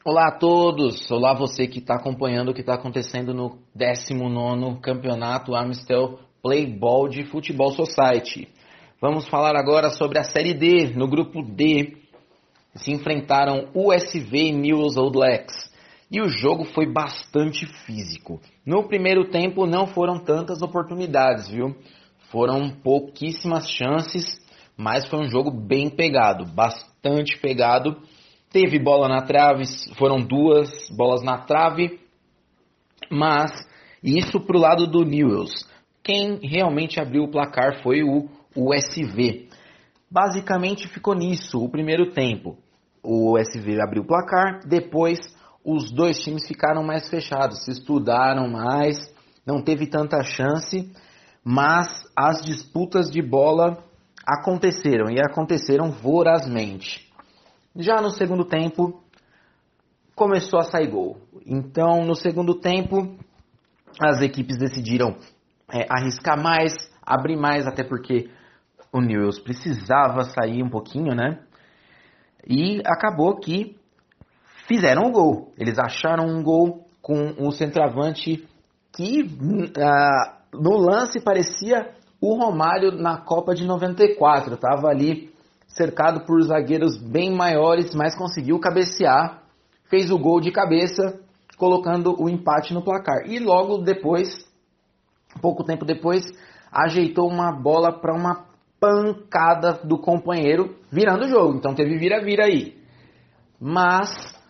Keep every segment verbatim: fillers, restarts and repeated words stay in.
Olá a todos, olá você que está acompanhando o que está acontecendo no décimo nono Campeonato Amistel Playball de Futebol Society. Vamos falar agora sobre a Série D. No grupo D se enfrentaram U S V e Newell's Old Blacks e o jogo foi bastante físico. No primeiro tempo não foram tantas oportunidades, viu? Foram pouquíssimas chances, mas foi um jogo bem pegado, bastante pegado. Teve bola na trave, foram duas bolas na trave, mas isso para o lado do Newell's. Quem realmente abriu o placar foi o U S V. Basicamente ficou nisso o primeiro tempo. O U S V abriu o placar, depois os dois times ficaram mais fechados, se estudaram mais, não teve tanta chance, mas as disputas de bola aconteceram e aconteceram vorazmente. Já no segundo tempo, começou a sair gol. Então, no segundo tempo, as equipes decidiram é, arriscar mais, abrir mais, até porque o Newell's precisava sair um pouquinho, né? E acabou que fizeram o gol. Eles acharam um gol com um centroavante que ah, no lance parecia o Romário na Copa de noventa e quatro. Estava ali cercado por zagueiros bem maiores, mas conseguiu cabecear, fez o gol de cabeça, colocando o empate no placar. E logo depois, pouco tempo depois, ajeitou uma bola para uma pancada do companheiro, virando o jogo. Então teve vira-vira aí. Mas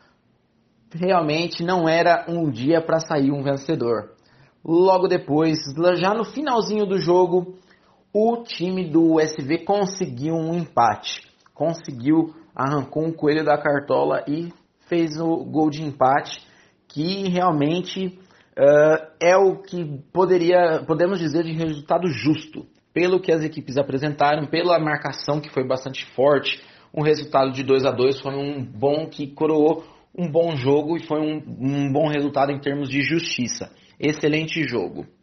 realmente não era um dia para sair um vencedor. Logo depois, já no finalzinho do jogo, o time do U S V conseguiu um empate. Conseguiu, arrancou um coelho da cartola e fez o gol de empate, que realmente uh, é o que poderia, podemos dizer de resultado justo. Pelo que as equipes apresentaram, pela marcação que foi bastante forte, um resultado de dois a dois foi um bom que coroou um bom jogo e foi um, um bom resultado em termos de justiça. Excelente jogo.